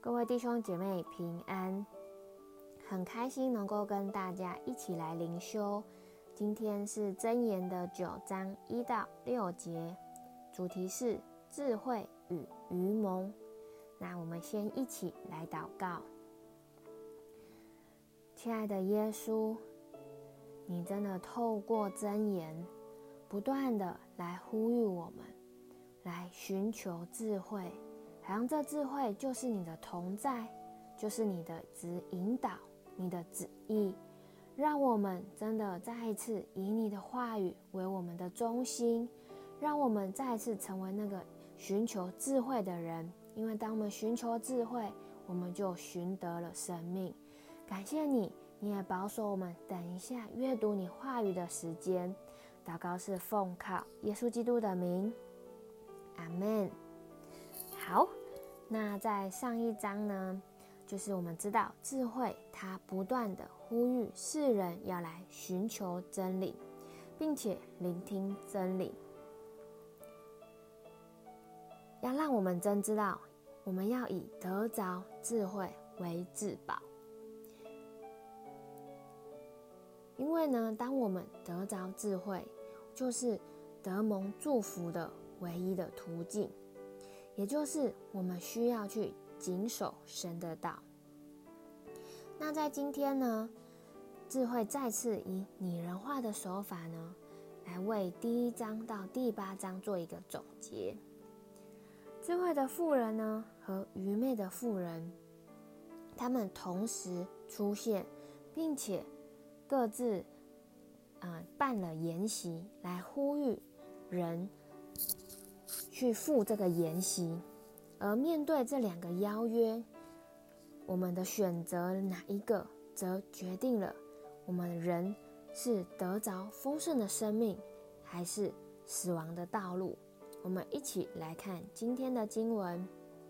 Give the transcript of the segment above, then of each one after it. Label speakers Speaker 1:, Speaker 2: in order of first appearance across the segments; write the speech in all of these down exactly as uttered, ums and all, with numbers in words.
Speaker 1: 各位弟兄姐妹平安，很开心能够跟大家一起来灵修。今天是箴言的九章一到六节，主题是智慧与愚蒙。那我们先一起来祷告。亲爱的耶稣，你真的透过箴言不断的来呼吁我们来寻求智慧，好像这智慧就是你的同在，就是你的指引导，你的旨意，让我们真的再一次以你的话语为我们的中心，让我们再一次成为那个寻求智慧的人。因为当我们寻求智慧，我们就寻得了生命。感谢你，你也保守我们等一下阅读你话语的时间。祷告是奉靠耶稣基督的名，阿们。好，那在上一章呢，就是我们知道智慧它不断的呼吁世人要来寻求真理，并且聆听真理，要让我们真知道我们要以得着智慧为至宝。因为呢，当我们得着智慧，就是得蒙祝福的唯一的途径，也就是我们需要去谨守神的道。那在今天呢，智慧再次以拟人化的手法呢，来为第一章到第八章做一个总结。智慧的妇人呢，和愚昧的妇人，他们同时出现，并且各自、呃、办了筵席，来呼吁人去赴这个筵席。而面对这两个邀约，我们的选择哪一个，则决定了我们人是得着丰盛的生命，还是死亡的道路。我们一起来看今天的经文。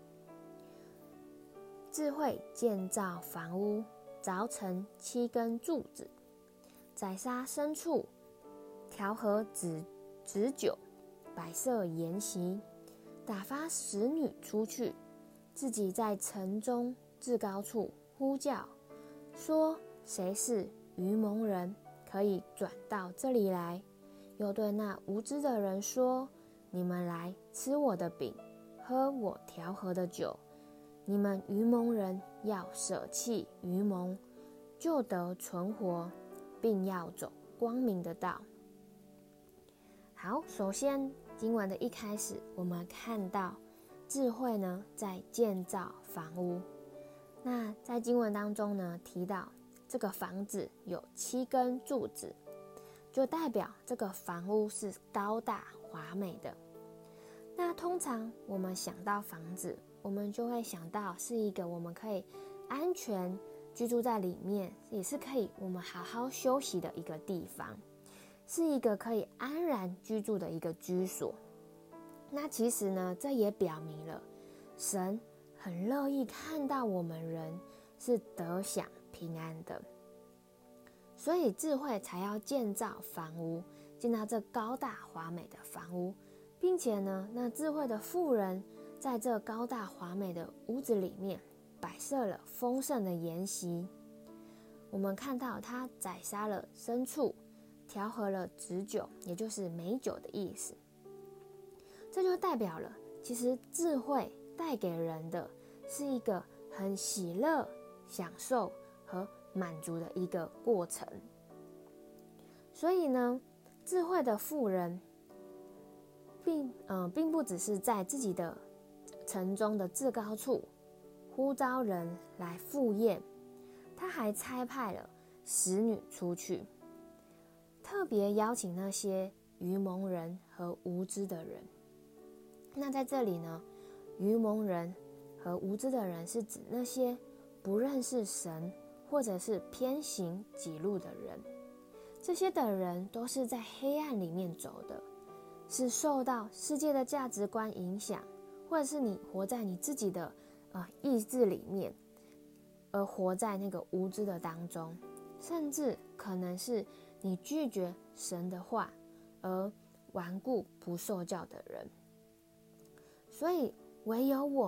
Speaker 1: 智慧建造房屋，凿成七根柱子，宰杀牲畜，调和旨旨酒，摆设筵席，打发使女出去，自己在城中至高处呼叫，说：谁是愚蒙人，可以转到这里来？又对那无知的人说：你们来吃我的饼，喝我调和的酒。你们愚蒙人要舍弃愚蒙，就得存活，并要走光明的道。好，首先经文的一开始，我们看到智慧呢在建造房屋。那在经文当中呢，提到这个房子有七根柱子，就代表这个房屋是高大华美的。那通常我们想到房子，我们就会想到是一个我们可以安全居住在里面，也是可以我们好好休息的一个地方，是一个可以安然居住的一个居所。那其实呢，这也表明了神很乐意看到我们人是得享平安的，所以智慧才要建造房屋，建造这高大华美的房屋，并且呢，那智慧的妇人在这高大华美的屋子里面摆设了丰盛的筵席。我们看到他宰杀了牲畜，调和了旨酒，也就是美酒的意思。这就代表了，其实智慧带给人的是一个很喜乐、享受和满足的一个过程。所以呢，智慧的妇人并呃并不只是在自己的城中的至高处呼召人来赴宴，他还差派了使女出去，特别邀请那些愚蒙人和无知的人。那在这里呢，愚蒙人和无知的人是指那些不认识神或者是偏行己路的人。这些的人都是在黑暗里面走的，是受到世界的价值观影响，或者是你活在你自己的呃意志里面，而活在那个无知的当中，甚至可能是你拒绝神的话而顽固不受教的人。所以唯有我们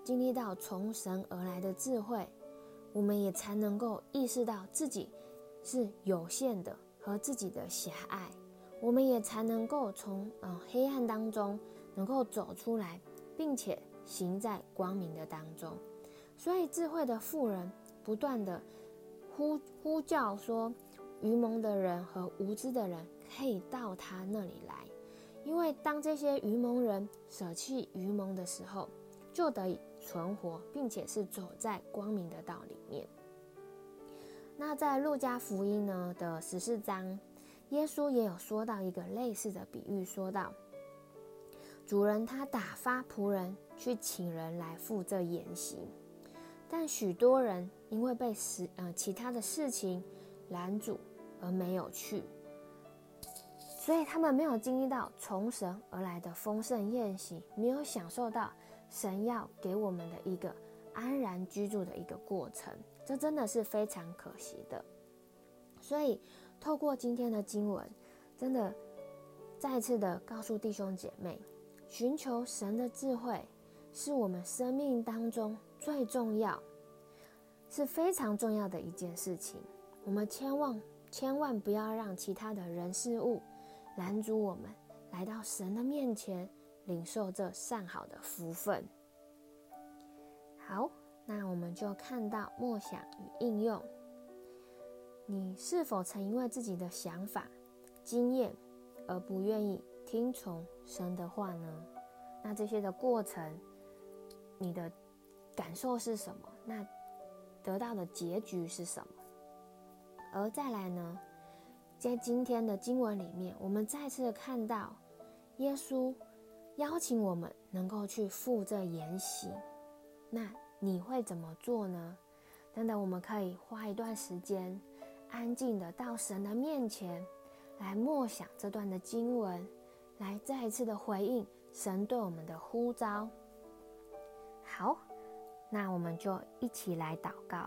Speaker 1: 经历到从神而来的智慧，我们也才能够意识到自己是有限的和自己的狭隘，我们也才能够从、呃、黑暗当中能够走出来，并且行在光明的当中。所以智慧的妇人不断的 呼, 呼叫说，愚蒙的人和无知的人可以到他那里来，因为当这些愚蒙人舍弃愚蒙的时候，就得以存活，并且是走在光明的道里面。那在路加福音呢的十四章，耶稣也有说到一个类似的比喻，说到主人他打发仆人去请人来付这筵席，但许多人因为被时、呃、其他的事情拦阻而没有去，所以他们没有经历到从神而来的丰盛宴席，没有享受到神要给我们的一个安然居住的一个过程，这真的是非常可惜的。所以透过今天的经文，真的再次的告诉弟兄姐妹，寻求神的智慧是我们生命当中最重要，是非常重要的一件事情。我们千万千万不要让其他的人事物拦阻我们来到神的面前，领受这上好的福分。好，那我们就看到默想与应用。你是否曾因为自己的想法、经验而不愿意听从神的话呢？那这些的过程，你的感受是什么？那得到的结局是什么？而再来呢，在今天的经文里面，我们再次看到耶稣邀请我们能够去赴这筵席，那你会怎么做呢？真的，我们可以花一段时间，安静的到神的面前，来默想这段的经文，来再一次的回应神对我们的呼召。好，那我们就一起来祷告。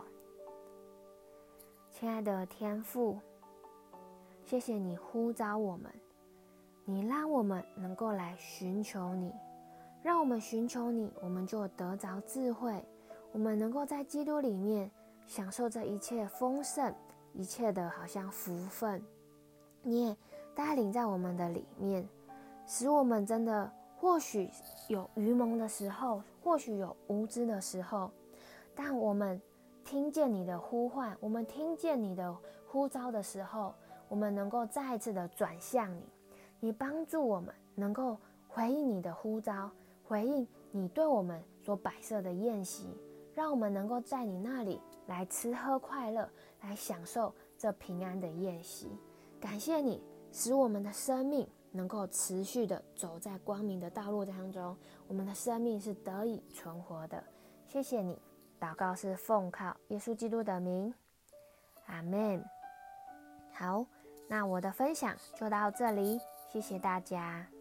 Speaker 1: 亲爱的天父，谢谢你呼召我们，你让我们能够来寻求你，让我们寻求你，我们就得着智慧，我们能够在基督里面享受这一切丰盛，一切的好像福分。你也带领在我们的里面，使我们真的或许有愚蒙的时候，或许有无知的时候，但我们听见你的呼唤，我们听见你的呼召的时候，我们能够再一次的转向你，你帮助我们能够回应你的呼召，回应你对我们所摆设的宴席，让我们能够在你那里来吃喝快乐，来享受这平安的宴席。感谢你使我们的生命能够持续的走在光明的道路当中，我们的生命是得以存活的。谢谢你，祷告是奉靠耶稣基督的名，阿们。好，那我的分享就到这里，谢谢大家。